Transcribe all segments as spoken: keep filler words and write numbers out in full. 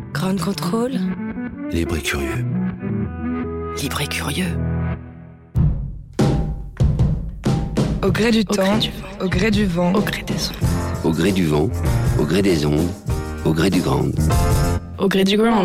Ground Control. Libre et curieux. Libre et curieux. Au gré du Au temps, gré du vent. au gré du vent, Au gré des ondes. Au gré du vent, au gré des ondes, au gré du grand. Au gré du ground.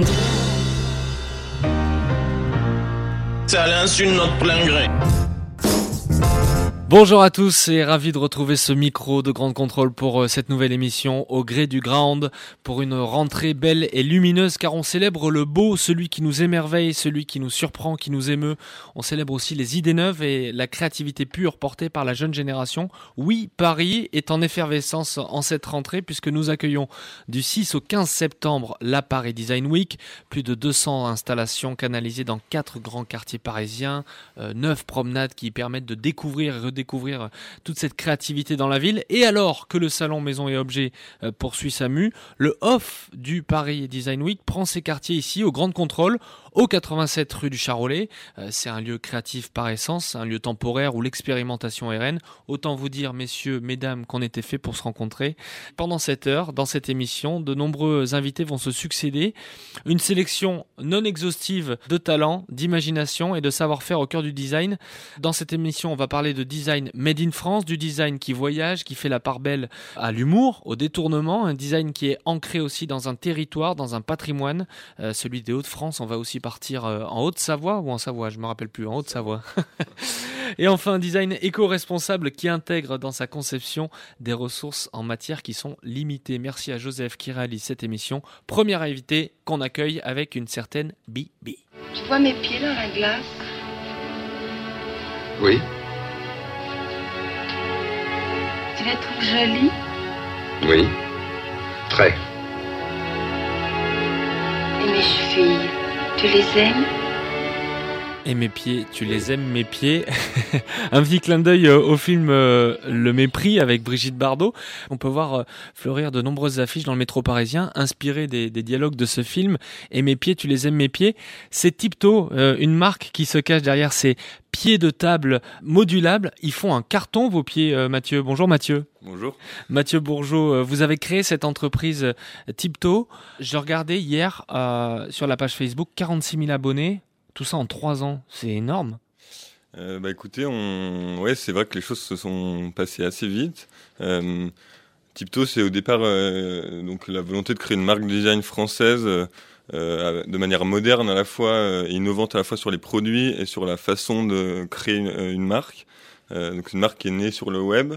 C'est à l'insu de notre plein gré. Bonjour à tous et ravi de retrouver ce micro de Ground Control pour euh, cette nouvelle émission Au gré du ground, pour une rentrée belle et lumineuse car on célèbre le beau, celui qui nous émerveille, celui qui nous surprend, qui nous émeut. On célèbre aussi les idées neuves et la créativité pure portée par la jeune génération. Oui, Paris est en effervescence en cette rentrée puisque nous accueillons du six au quinze septembre la Paris Design Week. Plus de deux cents installations canalisées dans quatre grands quartiers parisiens, euh, neuf promenades qui permettent de découvrir et redécouvrir découvrir toute cette créativité dans la ville. Et alors que le salon Maison et Objets euh, poursuit sa mue, le off du Paris Design Week prend ses quartiers ici au Ground Control, au quatre-vingt-sept rue du Charolais. Euh, c'est un lieu créatif par essence, un lieu temporaire où l'expérimentation est reine. Autant vous dire, messieurs, mesdames, qu'on était fait pour se rencontrer. Pendant cette heure, dans cette émission, de nombreux invités vont se succéder. Une sélection non exhaustive de talents, d'imagination et de savoir-faire au cœur du design. Dans cette émission, on va parler de design made in France, du design qui voyage, qui fait la part belle à l'humour, au détournement, un design qui est ancré aussi dans un territoire, dans un patrimoine, euh, celui des Hauts-de-France. On va aussi partir euh, en Haute-Savoie ou en Savoie, je me rappelle plus, en Haute-Savoie. Et enfin, un design éco-responsable qui intègre dans sa conception des ressources en matière qui sont limitées. Merci à Joseph qui réalise cette émission. Premier invité qu'on accueille avec une certaine Bibi. Tu vois mes pieds dans la glace? Oui, Tu les trouves jolis? oui, très. Et mes chevilles, tu les aimes? Et mes pieds, tu les aimes, mes pieds. Un petit clin d'œil au film euh, Le Mépris avec Brigitte Bardot. On peut voir euh, fleurir de nombreuses affiches dans le métro parisien, inspirées des, des dialogues de ce film. Et mes pieds, tu les aimes, mes pieds. C'est Tiptoe, euh, une marque qui se cache derrière ces pieds de table modulables. Ils font un carton, vos pieds, euh, Mathieu. Bonjour Mathieu. Bonjour. Mathieu Bourgeot, euh, vous avez créé cette entreprise euh, Tiptoe. Je regardais hier euh, sur la page Facebook, quarante-six mille abonnés. Tout ça en trois ans, c'est énorme. Euh, bah écoutez, on... ouais, c'est vrai que les choses se sont passées assez vite. Euh, Tiptoe, c'est au départ euh, donc la volonté de créer une marque de design française euh, de manière moderne à la fois euh, et innovante à la fois sur les produits et sur la façon de créer une, une marque. Euh, donc une marque qui est née sur le web.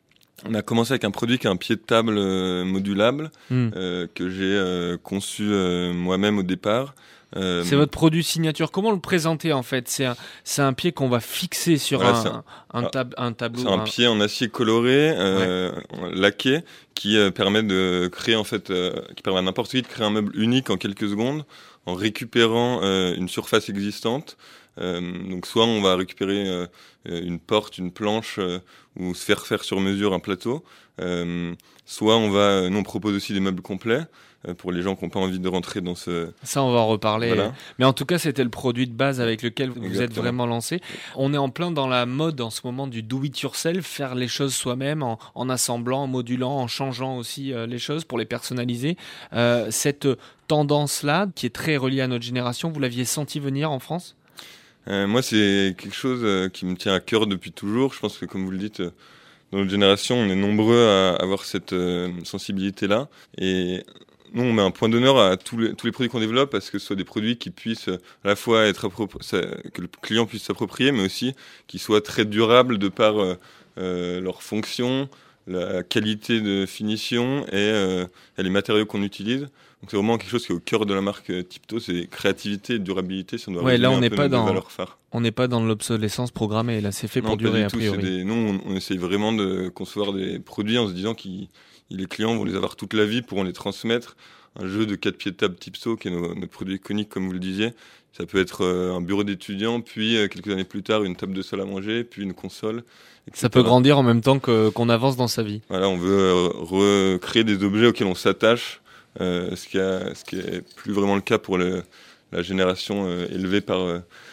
On a commencé avec un produit qui est un pied de table euh, modulable Mm. euh, que j'ai euh, conçu euh, moi-même au départ. Euh, C'est votre produit signature. Comment le présenter en fait? C'est un, c'est un pied qu'on va fixer sur Voilà, un, c'est un, un- un, tab- un tableau. C'est un un- pied en acier coloré, euh, laqué, qui euh, permet de créer en fait, euh, qui permet à n'importe qui de créer un meuble unique en quelques secondes, en récupérant euh, une surface existante. Euh, donc soit on va récupérer euh, une porte, une planche, euh, ou se faire faire sur mesure un plateau. Euh, soit on va, nous on propose aussi des meubles complets euh, pour les gens qui n'ont pas envie de rentrer dans ce. Ça, on va en reparler. Voilà. Mais en tout cas, c'était le produit de base avec lequel vous vous êtes Exactement. vraiment lancé. On est en plein dans la mode en ce moment du do-it-yourself, faire les choses soi-même en, en assemblant, en modulant, en changeant aussi euh, les choses pour les personnaliser. Euh, cette tendance-là, qui est très reliée à notre génération, vous l'aviez senti venir en France ? Euh, moi, c'est quelque chose euh, qui me tient à cœur depuis toujours. Je pense que, comme vous le dites, euh, dans notre génération, on est nombreux à avoir cette euh, sensibilité-là. Et nous, on met un point d'honneur à tous les, tous les produits qu'on développe, parce que ce soit des produits qui puissent euh, à la fois être appropri- ça- que le client puisse s'approprier, mais aussi qui soient très durables de par euh, euh, leur fonction, la qualité de finition et, euh, et les matériaux qu'on utilise. Donc c'est vraiment quelque chose qui est au cœur de la marque euh, Tiptoe, c'est créativité et durabilité. Ça doit Ouais, là, résumer on un n'est peu pas nos deux dans- valeurs phares. On n'est pas dans l'obsolescence programmée, là, c'est fait pour Non, pas durer du a tout, priori. c'est des- Nous, on, on essaye vraiment de concevoir des produits en se disant que les clients vont les avoir toute la vie, pourront les transmettre. Un jeu de quatre pieds de table Tiptoe, qui est no- notre produit iconique, comme vous le disiez. Ça peut être euh, un bureau d'étudiant, puis euh, quelques années plus tard, une table de salle à manger, puis une console, et cetera. Ça peut grandir en même temps que, qu'on avance dans sa vie. Voilà, on veut euh, recréer des objets auxquels on s'attache, euh, ce qui a, ce qui est plus vraiment le cas pour le, la génération euh, élevée par euh,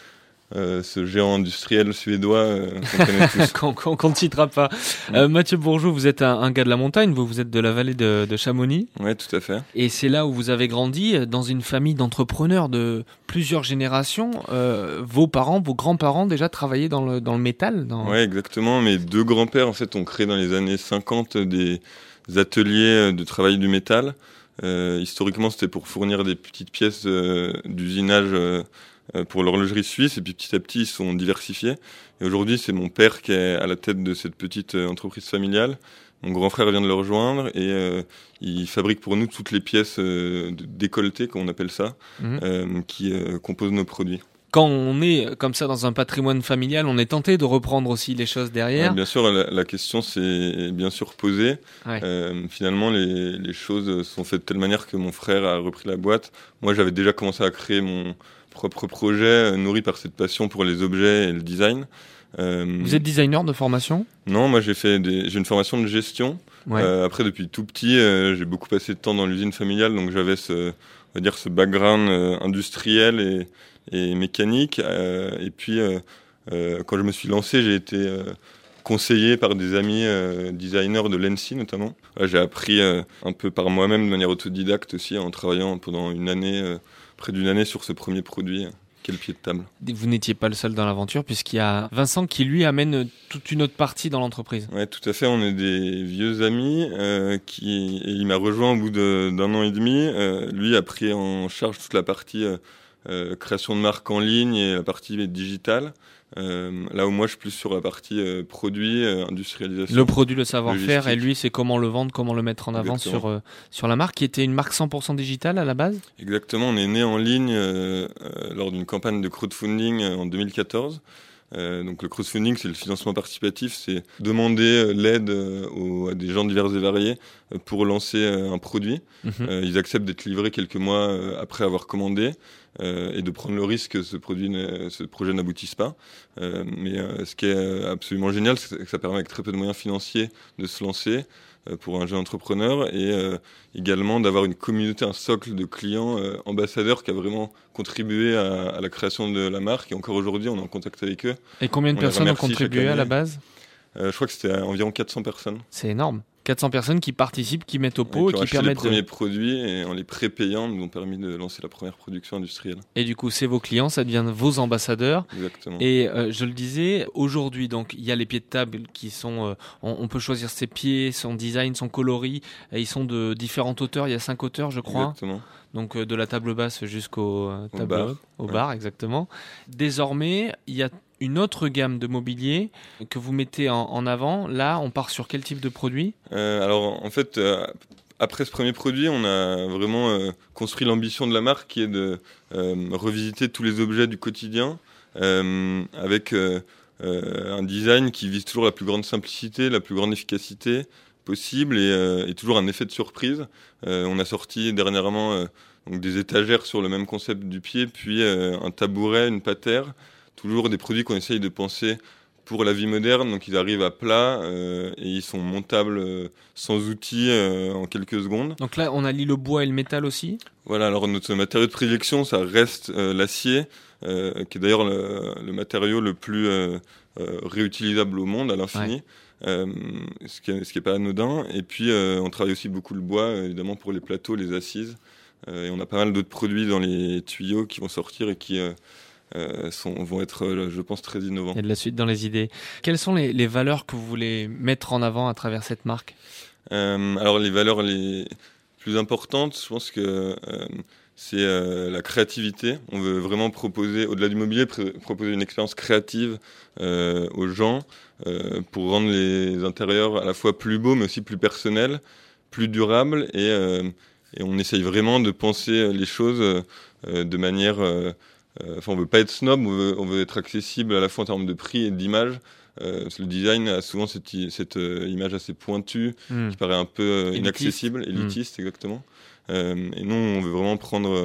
euh, ce géant industriel suédois euh, qu'on connaît tous. qu'on qu'on- qu'on ne citera pas. Euh, Mathieu Bourgeot, vous êtes un, un gars de la montagne, vous, vous êtes de la vallée de, de Chamonix. Ouais, tout à fait. Et c'est là où vous avez grandi, euh, dans une famille d'entrepreneurs de plusieurs générations. Euh, vos parents, vos grands-parents déjà travaillaient dans le, dans le métal dans... Ouais, exactement. Mes deux grands-pères, en fait, ont créé dans les années cinquante des ateliers de travail du métal. Euh, historiquement, c'était pour fournir des petites pièces euh, d'usinage euh, pour l'horlogerie suisse. Et puis petit à petit, ils sont diversifiés. Et aujourd'hui, c'est mon père qui est à la tête de cette petite euh, entreprise familiale. Mon grand frère vient de le rejoindre et euh, il fabrique pour nous toutes les pièces euh, de- décolletées, comme on appelle ça, Mhm. euh, qui euh, composent nos produits. Quand on est comme ça dans un patrimoine familial, on est tenté de reprendre aussi les choses derrière. Ouais, bien sûr, la, la question s'est bien sûr posée. Ouais. Euh, finalement, les, les choses sont faites de telle manière que mon frère a repris la boîte. Moi, j'avais déjà commencé à créer mon propre projet, euh, nourri par cette passion pour les objets et le design. Euh, Vous êtes designer de formation ? Non, moi j'ai fait des, j'ai une formation de gestion. Ouais. Euh, après, depuis tout petit, euh, j'ai beaucoup passé de temps dans l'usine familiale, donc j'avais ce, on va dire, ce background euh, industriel et, et mécanique. Euh, et puis, euh, euh, quand je me suis lancé, j'ai été euh, conseillé par des amis euh, designers de l'E N S I notamment. Là, j'ai appris euh, un peu par moi-même, de manière autodidacte aussi, en travaillant pendant une année, euh, près d'une année sur ce premier produit. Quel pied de table. Vous n'étiez pas le seul dans l'aventure, puisqu'il y a Vincent qui, lui, amène toute une autre partie dans l'entreprise. Ouais, tout à fait. On est des vieux amis euh, qui et il m'a rejoint au bout de, d'un an et demi. Euh, lui a pris en charge toute la partie euh, euh, création de marque en ligne et la partie digitale. Euh, là où moi je suis plus sur la partie euh, produit, euh, industrialisation. Le produit, le savoir-faire, Logistique. et lui, c'est comment le vendre, comment le mettre en avant Exactement. sur, euh, sur la marque, qui était une marque cent pour cent digitale à la base. Exactement, on est né en ligne euh, euh, lors d'une campagne de crowdfunding euh, en deux mille quatorze. Euh, donc le crowdfunding, c'est le financement participatif, c'est demander euh, l'aide euh, aux- à des gens divers et variés euh, pour lancer euh, un produit. Mhm. Euh, ils acceptent d'être livrés quelques mois euh, après avoir commandé euh, et de prendre le risque que ce, produit ne- ce projet n'aboutisse pas. Euh, mais euh, ce qui est euh, absolument génial, c'est que ça permet avec très peu de moyens financiers de se lancer euh, pour un jeune entrepreneur et euh, également d'avoir une communauté, un socle de clients euh, ambassadeurs qui a vraiment contribué à, à la création de la marque. Et encore aujourd'hui, on est en contact avec eux. Et combien de On les personnes ont remercie contribué chaque à la année. base ? Euh, je crois que c'était à environ quatre cents personnes. C'est énorme. quatre cents personnes qui participent, qui mettent au Et pot et qui ont qui acheté les permettent de... premiers produits et en les prépayant, nous ont permis de lancer la première production industrielle. Et du coup, c'est vos clients, ça devient vos ambassadeurs. Exactement. Et euh, je le disais, aujourd'hui, donc il y a les pieds de table qui sont, euh, on, on peut choisir ses pieds, son design, son coloris. Et ils sont de différentes hauteurs. Il y a cinq hauteurs, je crois. Exactement. Donc euh, de la table basse jusqu'au euh, Au table bar. haute, au Ouais. bar, exactement. Désormais, il y a une autre gamme de mobilier que vous mettez en, en avant. Là, on part sur quel type de produit ? Euh, alors en fait, euh, après ce premier produit, on a vraiment euh, construit l'ambition de la marque qui est de euh, revisiter tous les objets du quotidien euh, avec euh, euh, un design qui vise toujours la plus grande simplicité, la plus grande efficacité possible et, euh, et toujours un effet de surprise. Euh, on a sorti dernièrement euh, donc des étagères sur le même concept du pied, puis euh, un tabouret, une patère, toujours des produits qu'on essaye de penser pour la vie moderne, donc ils arrivent à plat euh, et ils sont montables euh, sans outils euh, en quelques secondes. Donc là, on allie le bois et le métal aussi. Voilà, alors notre matériau de prédilection, ça reste euh, l'acier, euh, qui est d'ailleurs le, le matériau le plus euh, euh, réutilisable au monde à l'infini, Ouais. euh, ce qui est, ce qui est pas anodin. Et puis euh, on travaille aussi beaucoup le bois, euh, évidemment pour les plateaux, les assises. Euh, et on a pas mal d'autres produits dans les tuyaux qui vont sortir et qui euh, euh, sont, vont être, euh, je pense, très innovants. Il y a de la suite dans les idées. Quelles sont les, les valeurs que vous voulez mettre en avant à travers cette marque ? Euh, alors les valeurs les plus importantes, je pense que euh, c'est euh, la créativité. On veut vraiment proposer, au-delà du mobilier, pr- proposer une expérience créative euh, aux gens euh, pour rendre les intérieurs à la fois plus beaux, mais aussi plus personnels, plus durables. Et, euh, et on essaye vraiment de penser les choses euh, de manière... Euh, euh, enfin, on veut pas être snob, on veut, on veut être accessible à la fois en termes de prix et d'image. Euh, parce que le design a souvent cette, i- cette euh, image assez pointue, Hmm. qui paraît un peu euh, Élitiste. inaccessible, élitiste exactement. Euh, et nous, on veut vraiment prendre euh,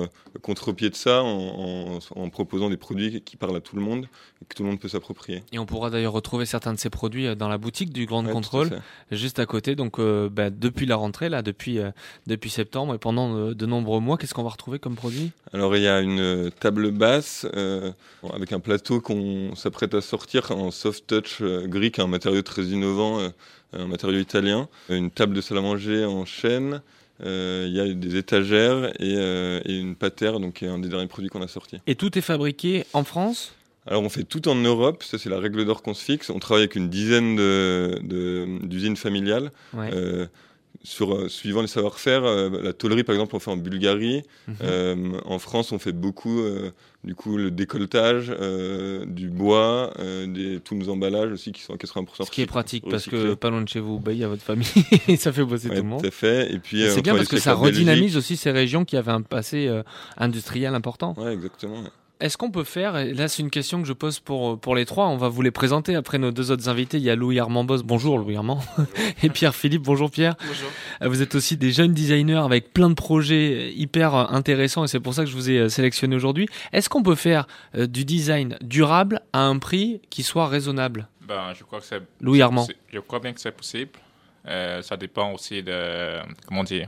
contre-pied de ça en, en, en proposant des produits qui parlent à tout le monde et que tout le monde peut s'approprier. Et on pourra d'ailleurs retrouver certains de ces produits dans la boutique du Grand Ouais, Contrôle, juste à côté. Donc euh, bah, depuis la rentrée, là, depuis, euh, depuis septembre et pendant de, de nombreux mois, qu'est-ce qu'on va retrouver comme produit ? Alors il y a une table basse euh, avec un plateau qu'on s'apprête à sortir en soft touch euh, gris, qui est un matériau très innovant, euh, un matériau italien. Une table de salle à manger en chêne. Il euh, y a des étagères et, euh, et une patère, donc qui est un des derniers produits qu'on a sorti. Et tout est fabriqué en France ? Alors on fait tout en Europe, ça c'est la règle d'or qu'on se fixe. On travaille avec une dizaine de, de, d'usines familiales. Ouais. Euh, sur, euh, suivant les savoir-faire, euh, la tôlerie par exemple on fait en Bulgarie. Mm-hmm. Euh, en France on fait beaucoup euh, du coup le décolletage, euh, du bois, euh, des, tous nos emballages aussi qui sont à quatre-vingts pour cent. Ce qui est pratique parce recyclés. que pas loin de chez vous, bah, il y a votre famille et ça fait bosser ouais, tout le monde. Tout à fait. Et puis, et euh, c'est bien parce que ça redynamise Belgique. aussi ces régions qui avaient un passé euh, industriel important. Ouais, exactement. Ouais. Est-ce qu'on peut faire, et là c'est une question que je pose pour, pour les trois, on va vous les présenter après nos deux autres invités, il y a Louis-Armand Boss, bonjour Louis-Armand, et Pierre Philippe, bonjour Pierre. Bonjour. Vous êtes aussi des jeunes designers avec plein de projets hyper intéressants et c'est pour ça que je vous ai sélectionné aujourd'hui. Est-ce qu'on peut faire euh, du design durable à un prix qui soit raisonnable ? Ben, je crois que c'est, Louis-Armand. c'est, je crois bien que c'est possible. Euh, ça dépend aussi de, comment dire,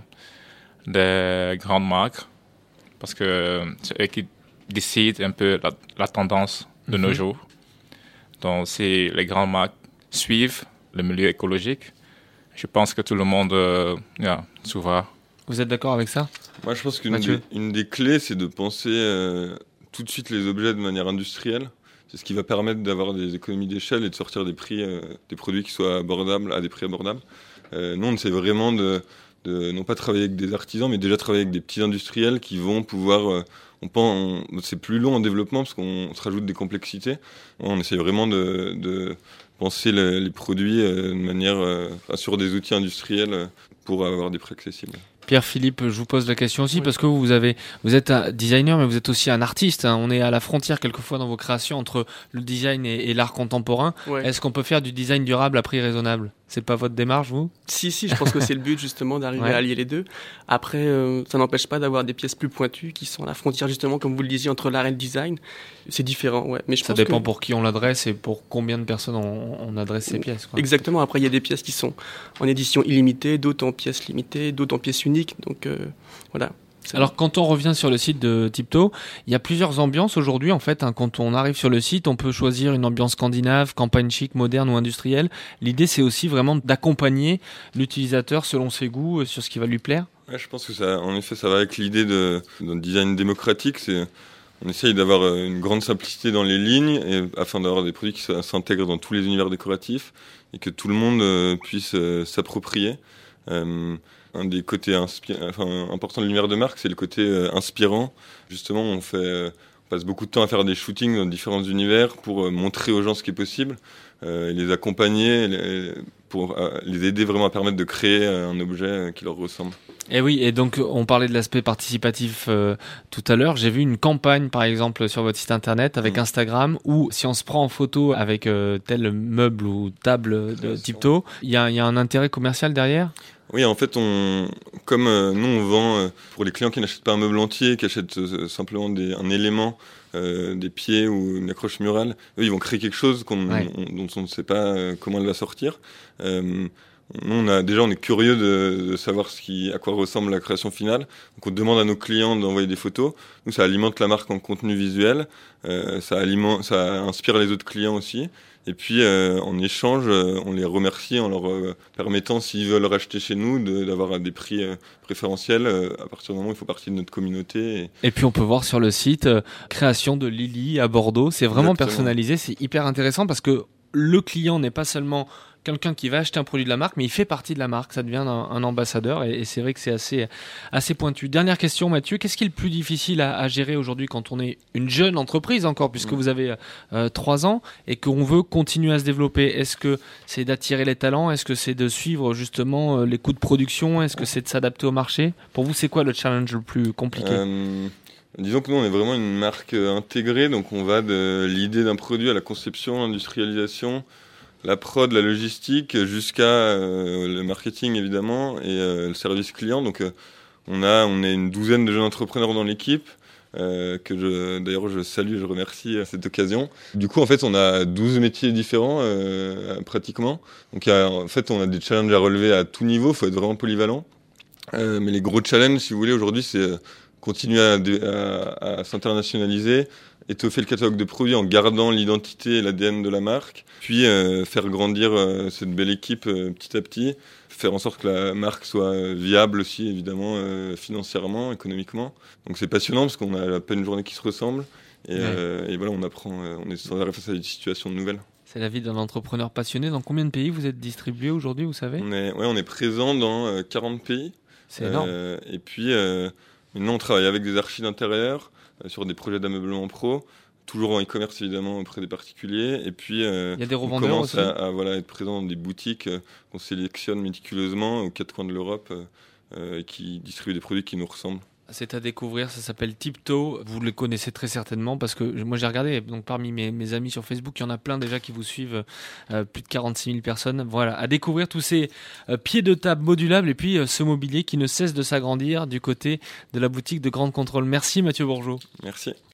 des grandes marques, parce que c'est eux qui décident un peu la, la tendance de mm-hmm. nos jours. Donc, si les grandes marques suivent le milieu écologique, je pense que tout le monde euh, yeah, s'ouvre. Vous êtes d'accord avec ça ? Moi, je pense qu'une des, une des clés, c'est de penser euh, tout de suite les objets de manière industrielle. C'est ce qui va permettre d'avoir des économies d'échelle et de sortir des prix, euh, des produits qui soient abordables, à des prix abordables. Euh, nous, on essaie vraiment de, de non pas travailler avec des artisans, mais déjà travailler avec des petits industriels qui vont pouvoir... Euh, on pense, on, c'est plus long en développement parce qu'on se rajoute des complexités. On essaie vraiment de, de penser les, les produits euh, de manière euh, sur des outils industriels euh, pour avoir des prix accessibles. Pierre-Philippe, je vous pose la question aussi oui. parce que vous avez, vous êtes un designer, mais vous êtes aussi un artiste. Hein. On est à la frontière quelquefois dans vos créations entre le design et, et l'art contemporain. Ouais. Est-ce qu'on peut faire du design durable à prix raisonnable ? C'est pas votre démarche, vous ? Si, si, je pense que c'est le but justement d'arriver ouais. à allier les deux. Après, euh, ça n'empêche pas d'avoir des pièces plus pointues qui sont à la frontière justement, comme vous le disiez, entre l'art et le design. C'est différent, ouais. Mais je ça pense dépend que... pour qui on l'adresse et pour combien de personnes on, on adresse ces pièces. Quoi. Exactement. Après, il y a des pièces qui sont en édition illimitée, d'autres en pièces limitées, d'autres en pièces uniques. Donc euh, voilà. Alors quand on revient sur le site de Tiptoe, il y a plusieurs ambiances aujourd'hui en fait. Hein, quand on arrive sur le site, on peut choisir une ambiance scandinave, campagne chic, moderne ou industrielle. L'idée c'est aussi vraiment d'accompagner l'utilisateur selon ses goûts, sur ce qui va lui plaire. Ouais, je pense que ça, en effet, ça va avec l'idée de, d'un design démocratique. C'est, on essaye d'avoir une grande simplicité dans les lignes et, afin d'avoir des produits qui s'intègrent dans tous les univers décoratifs et que tout le monde euh, puisse euh, s'approprier. Euh, Un des côtés inspi- enfin, importants de l'univers de marque, c'est le côté euh, inspirant. Justement, on, fait, euh, on passe beaucoup de temps à faire des shootings dans différents univers pour euh, montrer aux gens ce qui est possible, euh, et les accompagner, les, pour euh, les aider vraiment à permettre de créer un objet euh, qui leur ressemble. Et oui, et donc on parlait de l'aspect participatif euh, tout à l'heure. J'ai vu une campagne, par exemple, sur votre site internet avec mmh. Instagram, où si on se prend en photo avec euh, tel meuble ou table de Tiptoe, il y a, y a un intérêt commercial derrière ? Oui, en fait, on, comme euh, nous, on vend euh, pour les clients qui n'achètent pas un meuble entier, qui achètent euh, simplement des, un élément, euh, des pieds ou une accroche murale, eux, ils vont créer quelque chose qu'on, ouais. on, dont on ne sait pas euh, comment elle va sortir. Euh, nous, on a, déjà, on est curieux de, de savoir ce qui, à quoi ressemble la création finale. Donc, on demande à nos clients d'envoyer des photos. Nous, ça alimente la marque en contenu visuel. Euh, ça, alimente, ça inspire les autres clients aussi. Et puis, euh, en échange, euh, on les remercie en leur euh, permettant, s'ils veulent racheter chez nous, de, d'avoir des prix euh, préférentiels euh, à partir du moment où ils font partie de notre communauté. Et, et puis, on peut voir sur le site euh, création de Lily à Bordeaux. C'est vraiment Exactement. personnalisé. C'est hyper intéressant parce que le client n'est pas seulement quelqu'un qui va acheter un produit de la marque, mais il fait partie de la marque, ça devient un, un ambassadeur, et, et c'est vrai que c'est assez, assez pointu. Dernière question, Mathieu, qu'est-ce qui est le plus difficile à, à gérer aujourd'hui quand on est une jeune entreprise encore, puisque mmh. vous avez euh, trois ans, et qu'on veut continuer à se développer? Est-ce que c'est d'attirer les talents? Est-ce que c'est de suivre justement les coûts de production? Est-ce que c'est de s'adapter au marché? Pour vous, c'est quoi le challenge le plus compliqué? euh... Disons que nous, on est vraiment une marque intégrée, donc on va de l'idée d'un produit à la conception, l'industrialisation, la prod, la logistique, jusqu'à euh, le marketing évidemment et euh, le service client. Donc euh, on a, on est une douzaine de jeunes entrepreneurs dans l'équipe. euh, que je, d'ailleurs je salue et je remercie à cette occasion. Du coup, en fait, on a douze métiers différents, euh, pratiquement. Donc, il y a, en fait, on a des challenges à relever à tout niveau, il faut être vraiment polyvalent. Euh, mais les gros challenges, si vous voulez, aujourd'hui, c'est continuer à, à, à s'internationaliser, étoffer le catalogue de produits en gardant l'identité et l'A D N de la marque, puis euh, faire grandir euh, cette belle équipe euh, petit à petit, faire en sorte que la marque soit euh, viable aussi, évidemment, euh, financièrement, économiquement. Donc c'est passionnant parce qu'on a à peine une journée qui se ressemble, et, ouais. euh, et voilà, on apprend, euh, on est sans arrêt face à des situations nouvelles. C'est la vie d'un entrepreneur passionné. Dans combien de pays vous êtes distribué aujourd'hui, vous savez ? on est, ouais, on est présent dans euh, quarante pays. C'est énorme. Euh, et puis, euh, maintenant, on travaille avec des archives d'intérieur, euh, sur des projets d'ameublement pro, toujours en e-commerce, évidemment, auprès des particuliers. Et puis, euh, il y a des revendeurs on commence aussi à, à voilà, être présent dans des boutiques euh, qu'on sélectionne méticuleusement aux quatre coins de l'Europe, euh, euh, qui distribuent des produits qui nous ressemblent. C'est à découvrir, ça s'appelle Tiptoe. Vous le connaissez très certainement parce que moi j'ai regardé, donc parmi mes, mes amis sur Facebook, il y en a plein déjà qui vous suivent, euh, plus de quarante-six mille personnes. Voilà, à découvrir tous ces euh, pieds de table modulables et puis euh, ce mobilier qui ne cesse de s'agrandir du côté de la boutique de Grande Contrôle. Merci Mathieu Bourgeot. Merci.